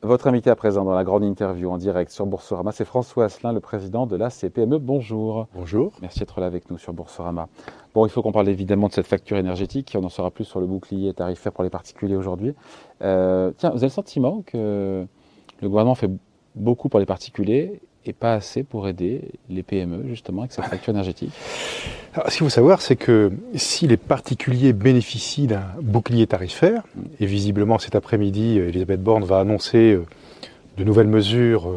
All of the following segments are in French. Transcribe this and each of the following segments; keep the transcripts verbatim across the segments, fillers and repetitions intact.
Votre invité à présent dans la grande interview en direct sur Boursorama, c'est François Asselin, le président de la C P M E. Bonjour. Bonjour. Merci d'être là avec nous sur Boursorama. Bon, il faut qu'on parle évidemment de cette facture énergétique. On en saura plus sur le bouclier tarifaire pour les particuliers aujourd'hui. Euh, tiens, vous avez le sentiment que le gouvernement fait beaucoup pour les particuliers et pas assez pour aider les P M E justement avec cette facture énergétique? Alors, ce qu'il faut savoir, c'est que si les particuliers bénéficient d'un bouclier tarifaire, et visiblement cet après-midi, Elisabeth Borne va annoncer de nouvelles mesures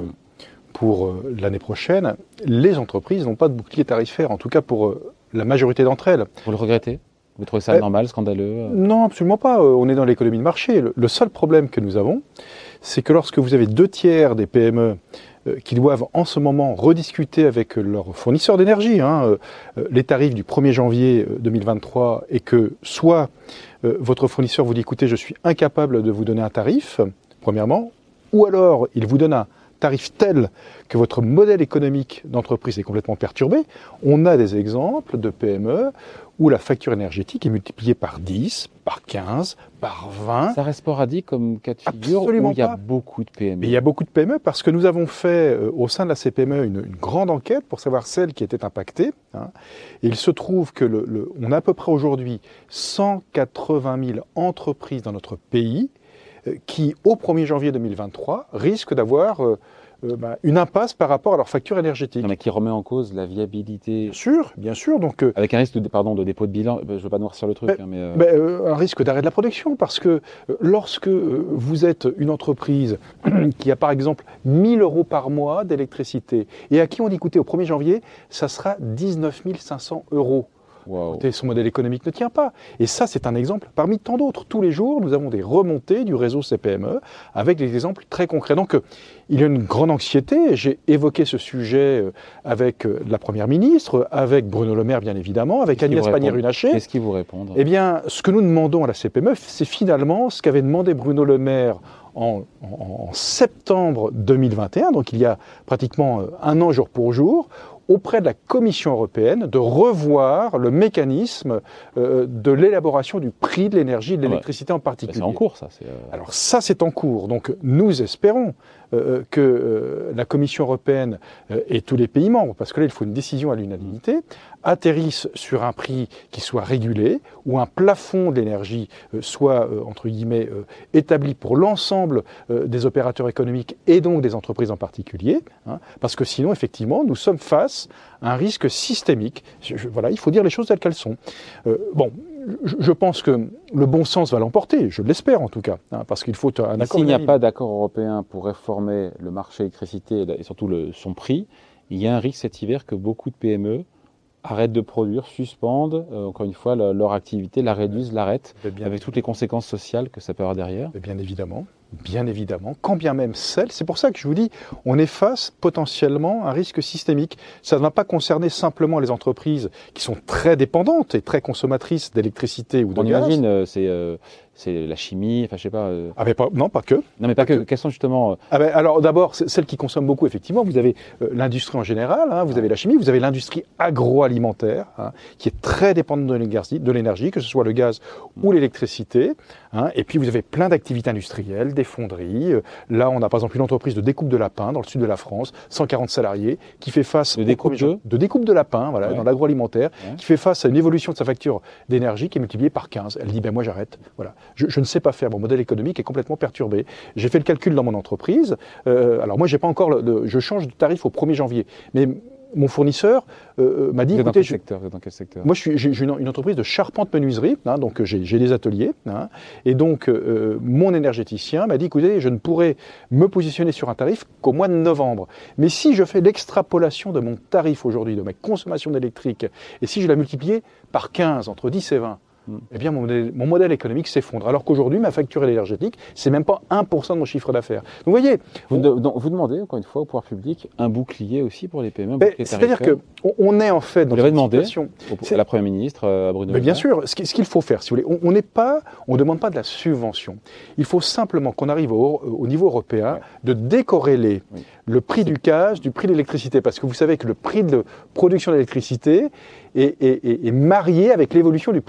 pour l'année prochaine, les entreprises n'ont pas de bouclier tarifaire, en tout cas pour la majorité d'entre elles. Vous le regrettez? Vous trouvez ça euh, normal, scandaleux? Non, absolument pas. On est dans l'économie de marché. Le seul problème que nous avons, c'est que lorsque vous avez deux tiers des P M E qui doivent en ce moment rediscuter avec leurs fournisseurs d'énergie hein, les tarifs du premier janvier deux mille vingt-trois et que soit euh, votre fournisseur vous dit écoutez je suis incapable de vous donner un tarif, premièrement, ou alors il vous donne un tarif tel que votre modèle économique d'entreprise est complètement perturbé. On a des exemples de P M E où la facture énergétique est multipliée par dix, par quinze, par vingt. Ça reste sporadique comme cas de figure? Absolument où il y a pas. beaucoup de P M E? Mais il y a beaucoup de P M E parce que nous avons fait euh, au sein de la C P M E une, une grande enquête pour savoir celles qui étaient impactées. Hein. Et il se trouve que le, le, on a à peu près aujourd'hui cent quatre-vingt mille entreprises dans notre pays euh, qui, au premier janvier deux mille vingt-trois, risquent d'avoir euh, euh, bah, une impasse par rapport à leur facture énergétique. Non, mais qui remet en cause la viabilité. Bien sûr, bien sûr. Donc, euh, avec un risque de, pardon, de dépôt de bilan, je ne veux pas noircir le truc. Mais, hein, mais euh... mais, euh, un risque d'arrêt de la production, parce que euh, lorsque euh, vous êtes une entreprise qui a par exemple mille euros par mois d'électricité, et à qui on dit écoutez, au premier janvier, ça sera dix-neuf mille cinq cents euros. Wow. Écoutez, son modèle économique ne tient pas. Et ça, c'est un exemple parmi tant d'autres. Tous les jours, nous avons des remontées du réseau C P M E avec des exemples très concrets. Donc, euh, il y a une grande anxiété. J'ai évoqué ce sujet euh, avec euh, la Première ministre, avec Bruno Le Maire, bien évidemment, avec Agnès Pannier-Runacher. Qu'est-ce qu'ils vous répondent? Eh bien, ce que nous demandons à la C P M E, c'est finalement ce qu'avait demandé Bruno Le Maire en, en, en septembre deux mille vingt et un, donc il y a pratiquement un an jour pour jour, auprès de la Commission européenne de revoir le mécanisme euh, de l'élaboration du prix de l'énergie et de l'électricité ouais. en particulier. C'est en cours, ça. Euh... Alors ça, c'est en cours. Donc nous espérons euh, que euh, la Commission européenne euh, et tous les pays membres, parce que là, il faut une décision à l'unanimité, atterrissent sur un prix qui soit régulé, où un plafond de l'énergie euh, soit, euh, entre guillemets, euh, établi pour l'ensemble euh, des opérateurs économiques et donc des entreprises en particulier, hein, parce que sinon, effectivement, nous sommes face à un risque systémique. Je, je, voilà, il faut dire les choses telles qu'elles sont. Euh, bon, je, je pense que le bon sens va l'emporter, je l'espère en tout cas, hein, parce qu'il faut un Mais accord. S'il n'y a pas d'accord européen pour réformer le marché électricité et surtout le, son prix, il y a un risque cet hiver que beaucoup de P M E arrêtent de produire, suspendent, euh, encore une fois, le, leur activité, la réduisent, l'arrêtent, avec toutes les conséquences sociales que ça peut avoir derrière. Et bien évidemment, bien évidemment, quand bien même celle, c'est pour ça que je vous dis, on est face potentiellement à un risque systémique. Ça ne va pas concerner simplement les entreprises qui sont très dépendantes et très consommatrices d'électricité ou de on gaz. On imagine, euh, c'est... Euh, c'est la chimie, enfin je sais pas... Euh... Ah mais pas, non, pas que. Non mais pas, pas que. que. Quelles sont justement... Euh... Ah ben, alors d'abord, celles qui consomment beaucoup, effectivement, vous avez euh, l'industrie en général, hein, vous ah. avez la chimie, vous avez l'industrie agroalimentaire, hein, qui est très dépendante de l'énergie, de l'énergie, que ce soit le gaz mmh. ou l'électricité. Hein, et puis vous avez plein d'activités industrielles, des fonderies. Euh, là, on a par exemple une entreprise de découpe de lapin dans le sud de la France, cent quarante salariés, qui fait face... De découpe de... de découpe de lapin, voilà, ouais. dans l'agroalimentaire, ouais. qui fait face à une évolution de sa facture d'énergie qui est multipliée par quinze. Elle dit, ben moi j'arrête, voilà. Je, je ne sais pas faire, mon modèle économique est complètement perturbé. J'ai fait le calcul dans mon entreprise. Euh, alors moi, j'ai pas encore, le, le, je change de tarif au premier janvier, mais mon fournisseur euh, m'a dit, vous êtes écoutez, dans quel secteur, vous êtes dans quel secteur moi je suis, j'ai une, une entreprise de charpente-menuiserie, hein, donc j'ai, j'ai des ateliers, hein, et donc euh, mon énergéticien m'a dit, écoutez, je ne pourrai me positionner sur un tarif qu'au mois de novembre. Mais si je fais l'extrapolation de mon tarif aujourd'hui, de ma consommation d'électrique, et si je la multiplie par quinze, entre dix et vingt, eh bien, mon modèle, mon modèle économique s'effondre. Alors qu'aujourd'hui, ma facture énergétique, c'est même pas un pour cent de mon chiffre d'affaires. Donc, vous voyez... Vous, on... de, vous demandez, encore une fois, au pouvoir public, un bouclier aussi pour les P M E, ben, c'est-à-dire qu'on est en fait dans vous l'avez demandé situation... à la Première ministre, à Bruno Le Maire. Bien sûr, ce qu'il faut faire, si vous voulez, on n'est pas, on ne demande pas de la subvention. Il faut simplement qu'on arrive au, au niveau européen ouais. de décorréler oui. le prix du gaz du prix de l'électricité. Parce que vous savez que le prix de production d'électricité est, est, est, est marié avec l'évolution du prix du gaz.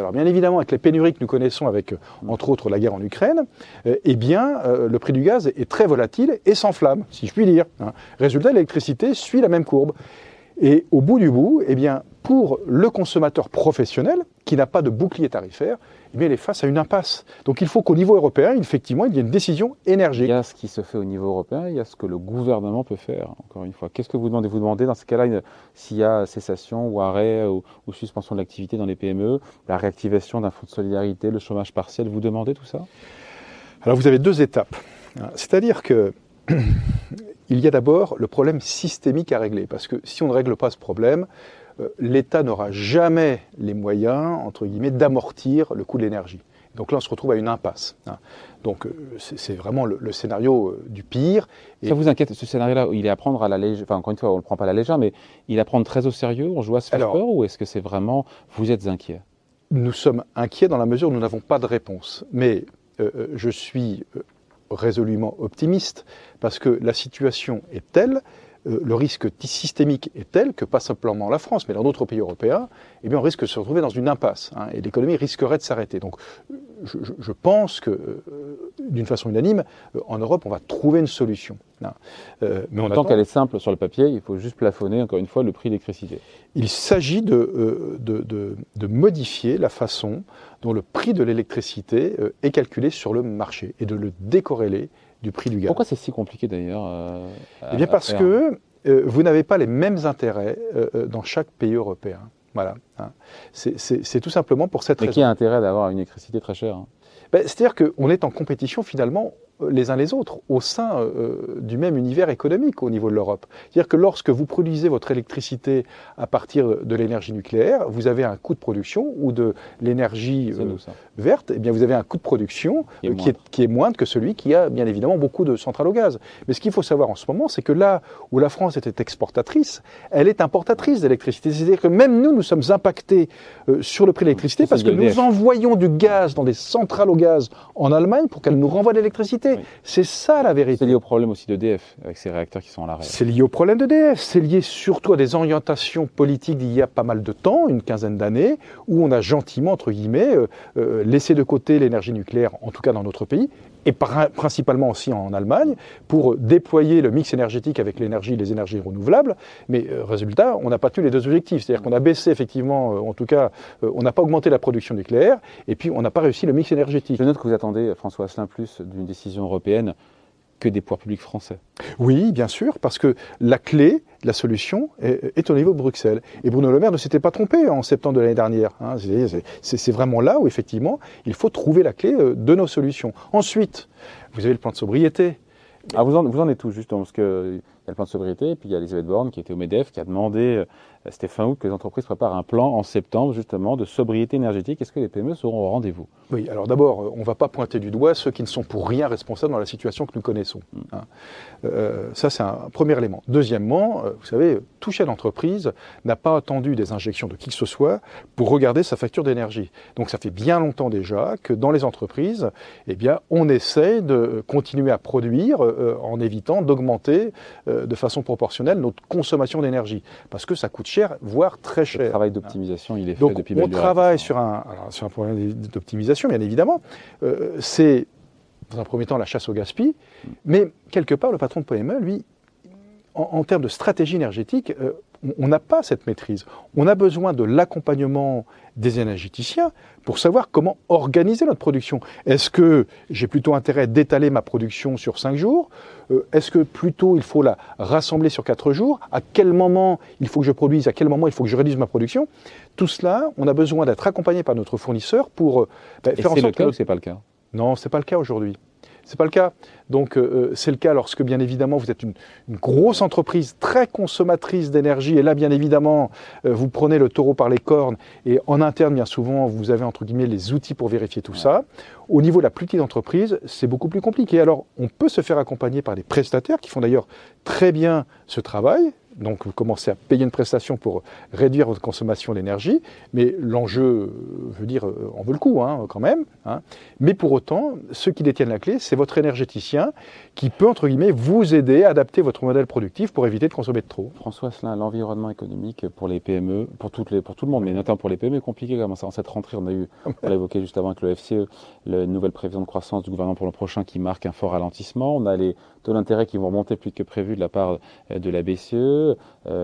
Alors bien évidemment, avec les pénuries que nous connaissons, avec entre autres la guerre en Ukraine, euh, eh bien euh, le prix du gaz est très volatile et s'enflamme, si je puis dire. Hein. Résultat, l'électricité suit la même courbe. Et au bout du bout, eh bien, pour le consommateur professionnel, qui n'a pas de bouclier tarifaire, eh bien, il est face à une impasse. Donc il faut qu'au niveau européen, effectivement, il y ait une décision énergique. Il y a ce qui se fait au niveau européen, il y a ce que le gouvernement peut faire, encore une fois. Qu'est-ce que vous demandez? Vous demandez dans ce cas-là une, s'il y a cessation ou arrêt ou, ou suspension de l'activité dans les P M E, la réactivation d'un fonds de solidarité, le chômage partiel, vous demandez tout ça? Alors vous avez deux étapes. C'est-à-dire que il y a d'abord le problème systémique à régler, parce que si on ne règle pas ce problème, euh, l'État n'aura jamais les moyens, entre guillemets, d'amortir le coût de l'énergie. Donc là, on se retrouve à une impasse. Hein. Donc euh, c'est vraiment le, le scénario euh, du pire. Et ça vous inquiète, ce scénario-là, il est à prendre à la légère, enfin encore une fois, on ne le prend pas à la légère, mais il est à prendre très au sérieux, on joue à se faire Alors, peur, ou est-ce que c'est vraiment, vous êtes inquiet? Nous sommes inquiets dans la mesure où nous n'avons pas de réponse. Mais euh, je suis... Euh, résolument optimiste, parce que la situation est telle, euh, le risque systémique est tel que pas simplement la France, mais dans d'autres pays européens, eh bien, on risque de se retrouver dans une impasse, hein, et l'économie risquerait de s'arrêter. Donc je, je pense que, euh, d'une façon unanime, euh, en Europe, on va trouver une solution. Hein. Euh, mais on Tant attend... qu'elle est simple sur le papier, il faut juste plafonner, encore une fois, le prix de l'électricité. Il s'agit de, euh, de, de, de modifier la façon dont le prix de l'électricité euh, est calculé sur le marché et de le décorréler du prix du gaz. Pourquoi c'est si compliqué d'ailleurs euh, Eh bien parce que euh, vous n'avez pas les mêmes intérêts euh, dans chaque pays européen. Voilà. Hein. C'est tout simplement pour cette Mais raison. Qui a intérêt d'avoir une électricité très chère, hein? Ben, c'est-à-dire qu'on est en compétition finalement les uns les autres au sein euh, du même univers économique au niveau de l'Europe. C'est-à-dire que lorsque vous produisez votre électricité à partir de l'énergie nucléaire, vous avez un coût de production, ou de l'énergie euh, verte, eh bien vous avez un coût de production qui est, euh, qui, est, qui est moindre que celui qui a bien évidemment beaucoup de centrales au gaz. Mais ce qu'il faut savoir en ce moment, c'est que là où la France était exportatrice, elle est importatrice d'électricité. C'est-à-dire que même nous, nous sommes impactés euh, sur le prix de l'électricité parce que nous envoyons du gaz dans des centrales au gaz en Allemagne pour qu'elles nous renvoient de l'électricité. Oui. C'est ça la vérité. C'est lié au problème aussi d'E D F, avec ces réacteurs qui sont à l'arrêt. C'est lié au problème d'E D F, c'est lié surtout à des orientations politiques d'il y a pas mal de temps, une quinzaine d'années, où on a gentiment, entre guillemets, euh, euh, laissé de côté l'énergie nucléaire, en tout cas dans notre pays, et par, principalement aussi en Allemagne, pour déployer le mix énergétique avec l'énergie, les énergies renouvelables. Mais euh, résultat, on n'a pas tenu les deux objectifs. C'est-à-dire qu'on a baissé effectivement, euh, en tout cas, euh, on n'a pas augmenté la production nucléaire, et puis on n'a pas réussi le mix énergétique. Je note que vous attendez, François Asselin, plus d'une décision européenne que des pouvoirs publics français. Oui, bien sûr, parce que la clé, la solution est, est au niveau de Bruxelles. Et Bruno Le Maire ne s'était pas trompé en septembre de l'année dernière. Hein. C'est vraiment là où, effectivement, il faut trouver la clé de nos solutions. Ensuite, vous avez le plan de sobriété. Ah, vous, en, vous en êtes où, justement? Parce qu'il y a le plan de sobriété, et puis il y a Elisabeth Borne qui était au MEDEF, qui a demandé, c'était fin août, que les entreprises préparent un plan en septembre, justement, de sobriété énergétique. Est-ce que les P M E seront au rendez-vous? Oui, alors d'abord, on ne va pas pointer du doigt ceux qui ne sont pour rien responsables dans la situation que nous connaissons. Mmh. Hein. Euh, ça, c'est un premier élément. Deuxièmement, euh, vous savez, tout chef d'entreprise n'a pas attendu des injections de qui que ce soit pour regarder sa facture d'énergie. Donc ça fait bien longtemps déjà que dans les entreprises, eh bien, on essaie de continuer à produire euh, en évitant d'augmenter euh, de façon proportionnelle notre consommation d'énergie. Parce que ça coûte cher, voire très cher. Le travail d'optimisation, il est fait Donc, depuis on travaille sur un, alors, sur un problème d'optimisation, bien évidemment. Euh, c'est, dans un premier temps, la chasse au gaspillage. Mais, quelque part, le patron de P M E, lui, en, en termes de stratégie énergétique, euh, on n'a pas cette maîtrise. On a besoin de l'accompagnement des énergéticiens pour savoir comment organiser notre production. Est-ce que j'ai plutôt intérêt d'étaler ma production sur cinq jours? euh, Est-ce que plutôt il faut la rassembler sur quatre jours? À quel moment il faut que je produise? À quel moment il faut que je réduise ma production? Tout cela, on a besoin d'être accompagné par notre fournisseur pour euh, bah, faire en sorte que... c'est le cas ou c'est pas le cas? Non, c'est pas le cas aujourd'hui. C'est pas le cas. Donc euh, c'est le cas lorsque bien évidemment vous êtes une, une grosse entreprise très consommatrice d'énergie, et là bien évidemment euh, vous prenez le taureau par les cornes, et en interne bien souvent vous avez entre guillemets les outils pour vérifier tout ouais. ça. Au niveau de la plus petite entreprise, c'est beaucoup plus compliqué. Alors on peut se faire accompagner par des prestataires qui font d'ailleurs très bien ce travail. Donc vous commencez à payer une prestation pour réduire votre consommation d'énergie, mais l'enjeu, je veux dire, en vaut le coup hein, quand même. Hein. Mais pour autant, ceux qui détiennent la clé, c'est votre énergéticien qui peut, entre guillemets, vous aider à adapter votre modèle productif pour éviter de consommer de trop. François Asselin, l'environnement économique pour les P M E, pour, toutes les, pour tout le monde, mais notamment pour les P M E, est compliqué comme ça. En cette rentrée, on a eu, on l'a évoqué juste avant avec le F C E, la nouvelle prévision de croissance du gouvernement pour le prochain qui marque un fort ralentissement. On a les taux d'intérêt qui vont remonter plus que prévu de la part de la B C E,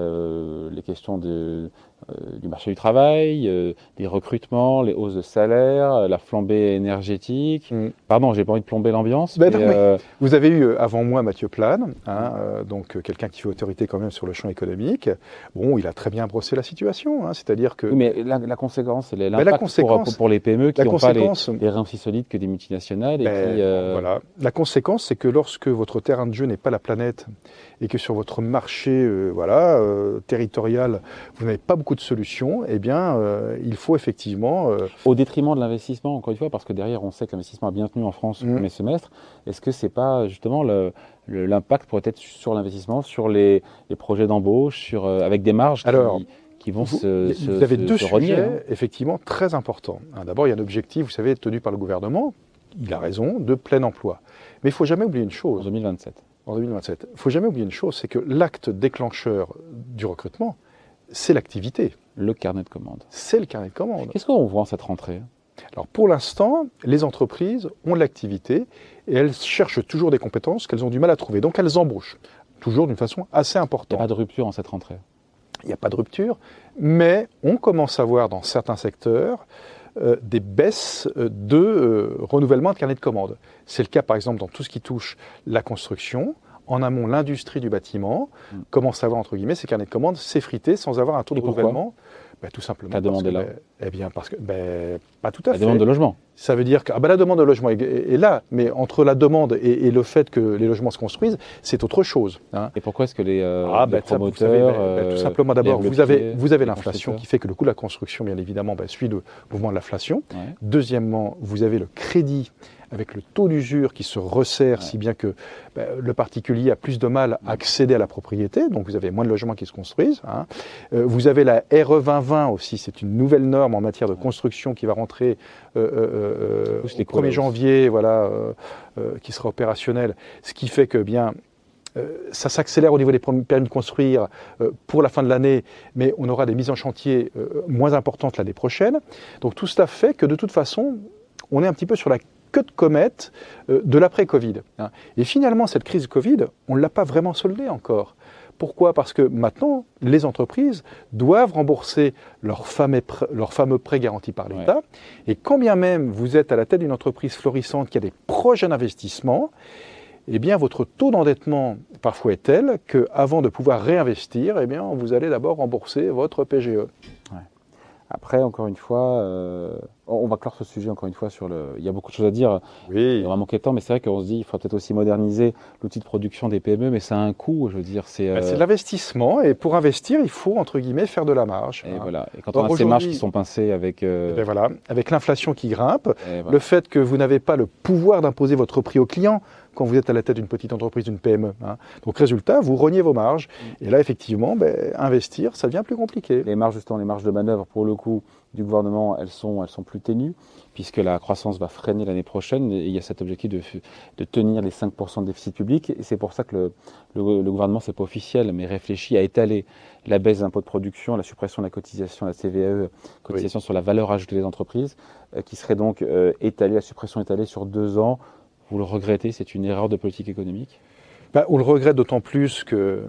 euh, les questions de, euh, du marché du travail, euh, des recrutements, les hausses de salaire, la flambée énergétique. Mm. Pardon, j'ai pas envie de plomber l'ambiance. Ben mais, non, euh... Vous avez eu avant moi Mathieu Plane, hein, euh, donc euh, quelqu'un qui fait autorité quand même sur le champ économique. Bon, il a très bien brossé la situation, hein, c'est-à-dire que. Oui, mais la, la conséquence, l'impact ben, conséquence, pour, pour les P M E qui n'ont pas les, les reins aussi solides que des multinationales. Et ben, qui, euh... voilà. La conséquence, c'est que lorsque votre terrain de jeu n'est pas la planète et que sur votre marché, euh, voilà, euh, territorial, vous n'avez pas beaucoup de solutions, eh bien, euh, il faut effectivement. Euh... Au détriment de l'investissement, encore une fois, parce que derrière, on sait que l'investissement a bien tenu en France mmh. au premier semestre. Est-ce que c'est pas justement le, le, l'impact pourrait être sur l'investissement, sur les, les projets d'embauche, sur euh, avec des marges Alors, qui, qui vont vous, se, vous se avez se, deux se sujets renier, hein. effectivement très importants. D'abord, il y a un objectif, vous savez, tenu par le gouvernement. Il a raison, de plein emploi. Mais il ne faut jamais oublier une chose. En deux mille vingt-sept. En deux mille vingt-sept. Il ne faut jamais oublier une chose, c'est que l'acte déclencheur du recrutement, c'est l'activité. Le carnet de commande. C'est le carnet de commande. Qu'est-ce qu'on voit en cette rentrée ? Alors pour l'instant, les entreprises ont de l'activité et elles cherchent toujours des compétences qu'elles ont du mal à trouver. Donc elles embauchent, toujours d'une façon assez importante. Il n'y a pas de rupture en cette rentrée. Il n'y a pas de rupture, mais on commence à voir dans certains secteurs euh, des baisses de euh, renouvellement de carnet de commandes. C'est le cas par exemple dans tout ce qui touche la construction. En amont, l'industrie du bâtiment mmh. commence à avoir, entre guillemets, ces carnets de commandes s'effriter sans avoir un taux de renouvellement. Ben, tout simplement. Ta demande est là. Ben, eh bien, parce que, ben, pas tout à la fait. La demande de logement. Ça veut dire que ah ben, la demande de logement est, est, est là, mais entre la demande et, et le fait que les logements se construisent, c'est autre chose. Hein. Et pourquoi est-ce que les, euh, ah, les ben, promoteurs... Ça, savez, ben, ben, tout simplement, d'abord, vous avez, vous avez l'inflation qui fait que le coût de la construction, bien évidemment, ben, suit le mouvement de l'inflation. Ouais. Deuxièmement, vous avez le crédit avec le taux d'usure qui se resserre, ouais. si bien que ben, le particulier a plus de mal à accéder à la propriété, donc vous avez moins de logements qui se construisent. Hein. Euh, vous avez la R E vingt vingt aussi, c'est une nouvelle norme en matière de construction qui va rentrer euh, euh, euh, au premier janvier, voilà, euh, euh, qui sera opérationnelle, ce qui fait que bien... Euh, ça s'accélère au niveau des permis de construire euh, pour la fin de l'année, mais on aura des mises en chantier euh, moins importantes l'année prochaine. Donc tout cela fait que de toute façon, on est un petit peu sur la queue de comète euh, de l'après-Covid. Hein. Et finalement, cette crise Covid, on ne l'a pas vraiment soldée encore. Pourquoi ? Parce que maintenant, les entreprises doivent rembourser leurs fameux prêts, leurs fameux prêts garantis par l'État. Ouais. Et quand bien même vous êtes à la tête d'une entreprise florissante qui a des projets d'investissement, eh bien, votre taux d'endettement parfois est tel qu'avant de pouvoir réinvestir, eh bien, vous allez d'abord rembourser votre P G E. Ouais. Après, encore une fois, euh, on va clore ce sujet encore une fois sur le. Il y a beaucoup de choses à dire. Oui. Il va manquer de temps, mais c'est vrai qu'on se dit, il faut peut-être aussi moderniser l'outil de production des P M E, mais ça a un coût, je veux dire. C'est, euh... c'est de l'investissement, et pour investir, il faut entre guillemets faire de la marge. Et hein. Voilà. Et quand Alors on a ces marges qui sont pincées avec. Euh... Et ben voilà, avec l'inflation qui grimpe, voilà. Le fait que vous n'avez pas le pouvoir d'imposer votre prix au client quand vous êtes à la tête d'une petite entreprise, d'une P M E. Hein. Donc résultat, vous rognez vos marges. Mmh. Et là, effectivement, ben, investir, ça devient plus compliqué. Les marges, justement, les marges de manœuvre, pour le coup, du gouvernement, elles sont, elles sont plus ténues, puisque la croissance va freiner l'année prochaine. Et il y a cet objectif de, de tenir les cinq pour cent de déficit public. Et c'est pour ça que le, le, le gouvernement, c'est pas officiel, mais réfléchit à étaler la baisse d'impôts de production, la suppression de la cotisation, la C V A E, cotisation oui. sur la valeur ajoutée des entreprises, euh, qui serait donc euh, étalée, la suppression étalée sur deux ans. Vous le regrettez, c'est une erreur de politique économique ? Ben, on le regrette d'autant plus que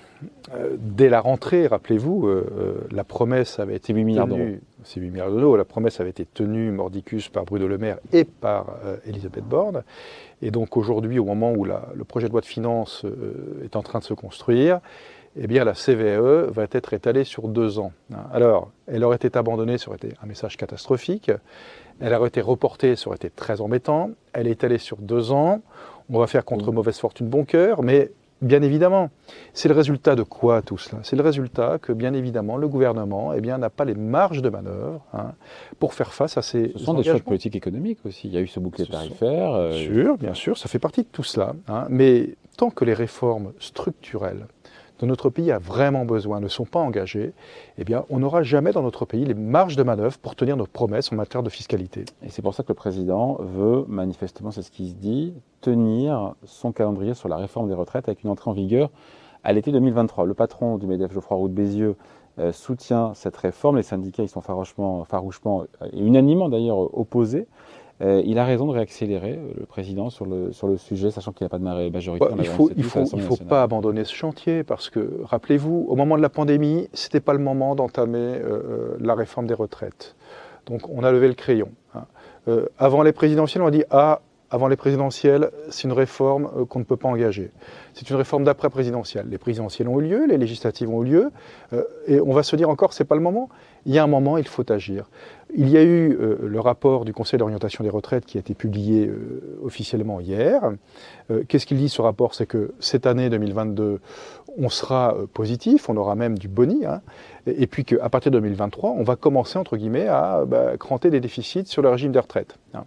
euh, dès la rentrée, rappelez-vous, euh, la promesse avait été huit milliards d'euros. C'est huit milliards d'euros. La promesse avait été tenue mordicus par Bruno Le Maire et par euh, Elisabeth Borne. Et donc aujourd'hui, au moment où la, le projet de loi de finances euh, est en train de se construire, eh bien la C V A E va être étalée sur deux ans. Alors, elle aurait été abandonnée, ça aurait été un message catastrophique. Elle aurait été reportée, ça aurait été très embêtant. Elle est étalée sur deux ans. On va faire contre mmh. mauvaise fortune bon cœur, mais bien évidemment, c'est le résultat de quoi tout cela ? C'est le résultat que, bien évidemment, le gouvernement eh bien, n'a pas les marges de manœuvre hein, pour faire face à ces Ce sont des choix de politique économique aussi. Il y a eu ce bouclier ce tarifaire. Sont... Bien euh... sûr, bien sûr, ça fait partie de tout cela. Hein, mais tant que les réformes structurelles dont notre pays a vraiment besoin ne sont pas engagés, eh bien, on n'aura jamais dans notre pays les marges de manœuvre pour tenir nos promesses en matière de fiscalité. Et c'est pour ça que le président veut, manifestement, c'est ce qui se dit, tenir son calendrier sur la réforme des retraites avec une entrée en vigueur à l'été deux mille vingt-trois. Le patron du MEDEF, Geoffroy Roux de Bézieux, euh, soutient cette réforme. Les syndicats, ils sont farouchement, farouchement et unanimement d'ailleurs opposés. Euh, il a raison de réaccélérer, euh, le président, sur le, sur le sujet, sachant qu'il n'y a pas de majorité. Ouais, il ne faut, il faut, il faut pas abandonner ce chantier, parce que, rappelez-vous, au moment de la pandémie, ce n'était pas le moment d'entamer euh, la réforme des retraites. Donc on a levé le crayon. Hein. Euh, avant les présidentielles, on a dit « Ah, avant les présidentielles, c'est une réforme euh, qu'on ne peut pas engager. C'est une réforme d'après-présidentielle. Les présidentielles ont eu lieu, les législatives ont eu lieu, euh, et on va se dire encore, c'est pas le moment. Il y a un moment, il faut agir. Il y a eu euh, le rapport du Conseil d'orientation des retraites qui a été publié euh, officiellement hier. Euh, qu'est-ce qu'il dit ce rapport? C'est que cette année deux mille vingt-deux, on sera euh, positif, on aura même du boni, hein, et, et puis qu'à partir de deux mille vingt-trois, on va commencer, entre guillemets, à bah, cranter des déficits sur le régime des retraites. Hein.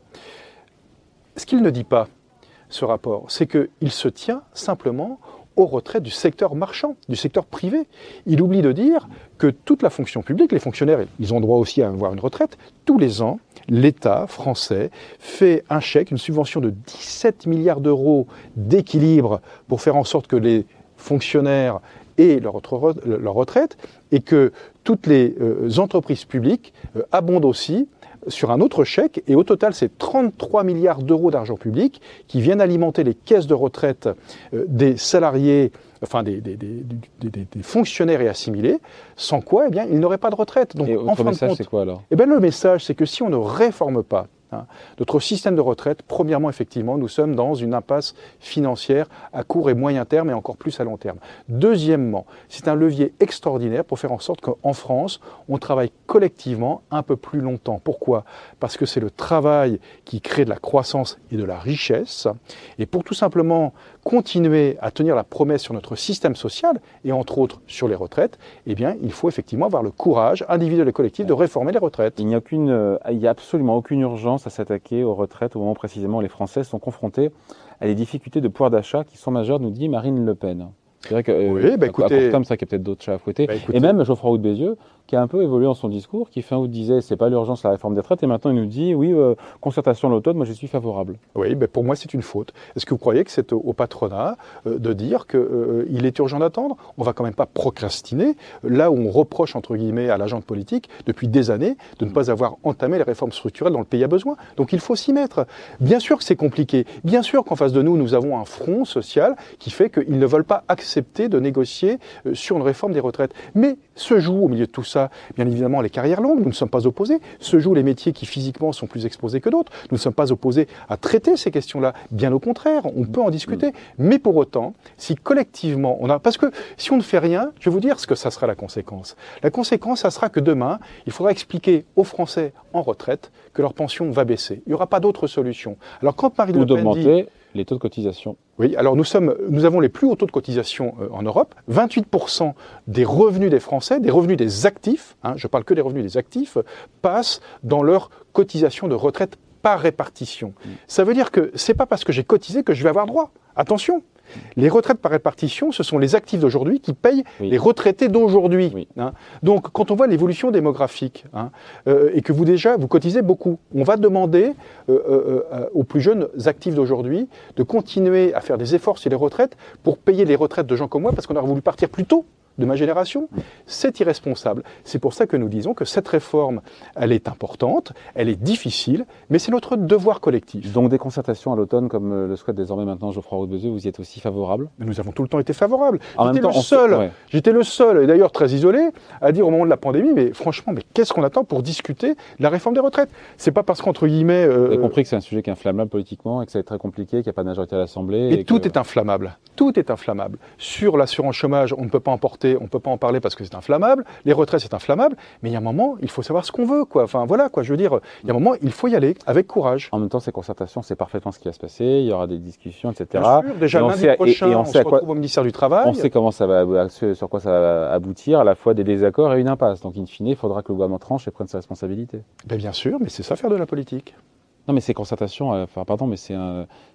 Ce qu'il ne dit pas, ce rapport, c'est qu'il se tient simplement aux retraites du secteur marchand, du secteur privé. Il oublie de dire que toute la fonction publique, les fonctionnaires, ils ont droit aussi à avoir une retraite. Tous les ans, l'État français fait un chèque, une subvention de dix-sept milliards d'euros d'équilibre pour faire en sorte que les fonctionnaires aient leur, leur retraite et que toutes les euh, entreprises publiques euh, abondent aussi sur un autre chèque, et au total, c'est trente-trois milliards d'euros d'argent public qui viennent alimenter les caisses de retraite euh, des salariés, enfin des, des, des, des, des, des fonctionnaires et assimilés, sans quoi, eh bien, ils n'auraient pas de retraite. Donc, et en fin message, de compte, c'est quoi alors? Eh bien, le message, c'est que si on ne réforme pas hein, notre système de retraite, premièrement, effectivement, nous sommes dans une impasse financière à court et moyen terme, et encore plus à long terme. Deuxièmement, c'est un levier extraordinaire pour faire en sorte qu'en France, on travaille collectivement un peu plus longtemps. Pourquoi? Parce que c'est le travail qui crée de la croissance et de la richesse. Et pour tout simplement continuer à tenir la promesse sur notre système social, et entre autres sur les retraites, eh bien, il faut effectivement avoir le courage individuel et collectif de réformer les retraites. Il n'y a aucune, euh, il n'y a absolument aucune urgence à s'attaquer aux retraites au moment où précisément les Français sont confrontés à des difficultés de pouvoir d'achat qui sont majeures, nous dit Marine Le Pen. C'est vrai que euh, oui, bah, écoutez, à court terme, ça qu'il y a peut-être d'autres chats à fouetter. Bah, et même Geoffroy Roux de Bézieux, qui a un peu évolué dans son discours, qui fin août disait c'est pas l'urgence la réforme des retraites, et maintenant il nous dit oui, euh, concertation à l'automne, moi je suis favorable. Oui, bah, pour moi c'est une faute. Est-ce que vous croyez que c'est au, au patronat euh, de dire qu'il euh, est urgent d'attendre? On va quand même pas procrastiner, là où on reproche entre guillemets à l'agent politique depuis des années de ne pas avoir entamé les réformes structurelles dont le pays a besoin. Donc il faut s'y mettre. Bien sûr que c'est compliqué, bien sûr qu'en face de nous, nous avons un front social qui fait qu'ils ne veulent pas accepter de négocier sur une réforme des retraites. Mais se joue au milieu de tout ça, bien évidemment, les carrières longues, nous ne sommes pas opposés. Se jouent les métiers qui physiquement sont plus exposés que d'autres. Nous ne sommes pas opposés à traiter ces questions-là. Bien au contraire, on peut en discuter. Mais pour autant, si collectivement on a... Parce que si on ne fait rien, je vais vous dire ce que ça sera la conséquence. La conséquence, ça sera que demain, il faudra expliquer aux Français en retraite que leur pension va baisser. Il n'y aura pas d'autre solution. Alors quand Marine Le Pen dit... les taux de cotisation. Oui, alors nous, sommes, nous avons les plus hauts taux de cotisation euh, en Europe. vingt-huit pour cent des revenus des Français, des revenus des actifs, hein, je parle que des revenus des actifs, passent dans leur cotisation de retraite par répartition. Mmh. Ça veut dire que c'est pas parce que j'ai cotisé que je vais avoir droit. Attention, les retraites par répartition, ce sont les actifs d'aujourd'hui qui payent oui. les retraités d'aujourd'hui. Oui. Hein. Donc, quand on voit l'évolution démographique hein, euh, et que vous déjà vous cotisez beaucoup, on va demander euh, euh, aux plus jeunes actifs d'aujourd'hui de continuer à faire des efforts sur les retraites pour payer les retraites de gens comme moi parce qu'on aurait voulu partir plus tôt de ma génération. C'est irresponsable. C'est pour ça que nous disons que cette réforme, elle est importante, elle est difficile, mais c'est notre devoir collectif. Donc des concertations à l'automne, comme le souhaite désormais maintenant Geoffroy Roux de Bézieux, vous y êtes aussi favorable? Nous avons tout le temps été favorables. En J'étais même temps, le seul, se... ouais. j'étais le seul, et d'ailleurs très isolé, à dire au moment de la pandémie, mais franchement, mais qu'est-ce qu'on attend pour discuter de la réforme des retraites? C'est pas parce qu'entre guillemets... Euh, vous avez compris que c'est un sujet qui est inflammable politiquement et que ça va être très compliqué, qu'il n'y a pas de majorité à l'Assemblée. Et, et tout que... est inflammable. Tout est inflammable. Sur l'assurance chômage, on ne peut pas en porter, on ne peut pas en parler parce que c'est inflammable, les retraites c'est inflammable, mais il y a un moment, il faut savoir ce qu'on veut, quoi. Enfin voilà, quoi. Je veux dire, il y a un moment, il faut y aller avec courage. En même temps, ces concertations, c'est parfaitement ce qui va se passer. Il y aura des discussions, et cetera. Bien sûr, déjà et lundi sait, prochain, et, et on, on sait se retrouve au ministère du Travail. On sait comment ça va, sur quoi ça va aboutir, à la fois des désaccords et une impasse. Donc, in fine, il faudra que le gouvernement tranche et prenne ses responsabilités. Ben bien sûr, mais c'est ça faire de la politique. Non, mais ces concertations, enfin, pardon, mais c'est un,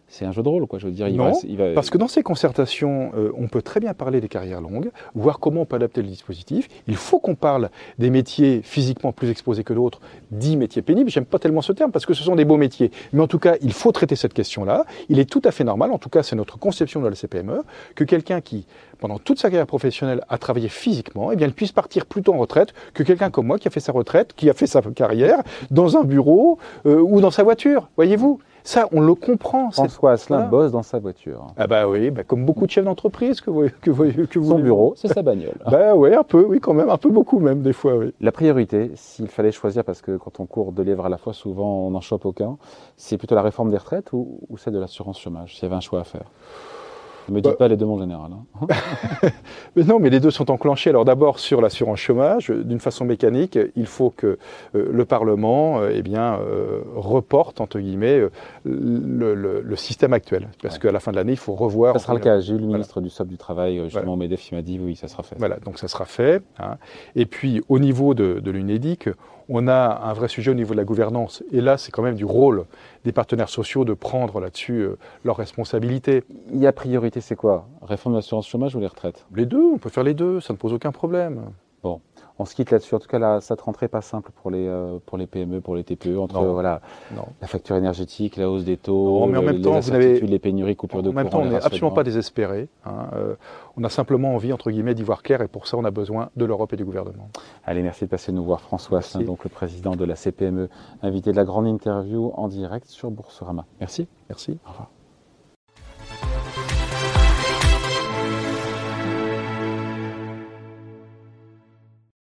c'est un jeu de rôle, quoi. Je veux dire, il Non, va, il va... parce que dans ces concertations, euh, on peut très bien parler des carrières longues, voir comment on peut adapter le dispositif. Il faut qu'on parle des métiers physiquement plus exposés que d'autres, dits métiers pénibles. J'aime pas tellement ce terme parce que ce sont des beaux métiers. Mais en tout cas, il faut traiter cette question-là. Il est tout à fait normal, en tout cas c'est notre conception de la C P M E, que quelqu'un qui, pendant toute sa carrière professionnelle, a travaillé physiquement, eh bien, il puisse partir plus tôt en retraite que quelqu'un comme moi qui a fait sa retraite, qui a fait sa carrière dans un bureau euh, ou dans sa voiture. Voyez-vous ? Ça, on le comprend. François Asselin voilà. bosse dans sa voiture. Ah bah oui, bah comme beaucoup de chefs d'entreprise que vous, que vous, que vous Son bureau, c'est sa bagnole. Bah oui, un peu, oui, quand même, un peu beaucoup même, des fois, oui. La priorité, s'il fallait choisir, parce que quand on court deux livres à la fois, souvent on n'en chope aucun, c'est plutôt la réforme des retraites ou, ou celle de l'assurance chômage, s'il y avait un choix à faire. Ne me dites bah, pas les deux, mon général. Hein. mais non, mais les deux sont enclenchés. Alors d'abord, sur l'assurance chômage, d'une façon mécanique, il faut que euh, le Parlement euh, eh bien, euh, reporte, entre guillemets, euh, le, le, le système actuel. Parce ouais. qu'à la fin de l'année, il faut revoir... Ça sera le cas. J'ai eu le ministre voilà. du S O B du Travail, justement, voilà. au MEDEF, qui m'a dit oui, ça sera fait. Voilà, donc ça sera fait. Hein. Et puis, au niveau de, de l'UNEDIC, on a un vrai sujet au niveau de la gouvernance. Et là, c'est quand même du rôle des partenaires sociaux de prendre là-dessus euh, leurs responsabilités. Il y a priorité, c'est quoi? Réforme de l'assurance chômage ou les retraites? Les deux, on peut faire les deux, ça ne pose aucun problème. Bon, on se quitte là-dessus. En tout cas, là, cette rentrée pas simple pour les, euh, pour les P M E, pour les T P E, entre non. voilà, non. la facture énergétique, la hausse des taux, non, mais en même les temps, incertitudes, les pénuries, coupures de courant. En même temps, on n'est absolument pas désespéré. Hein. Euh, on a simplement envie, entre guillemets, d'y voir clair et pour ça, on a besoin de l'Europe et du gouvernement. Allez, merci de passer nous voir. François Asselin, donc le président de la C P M E, invité de la grande interview en direct sur Boursorama. Merci. Merci. Au revoir.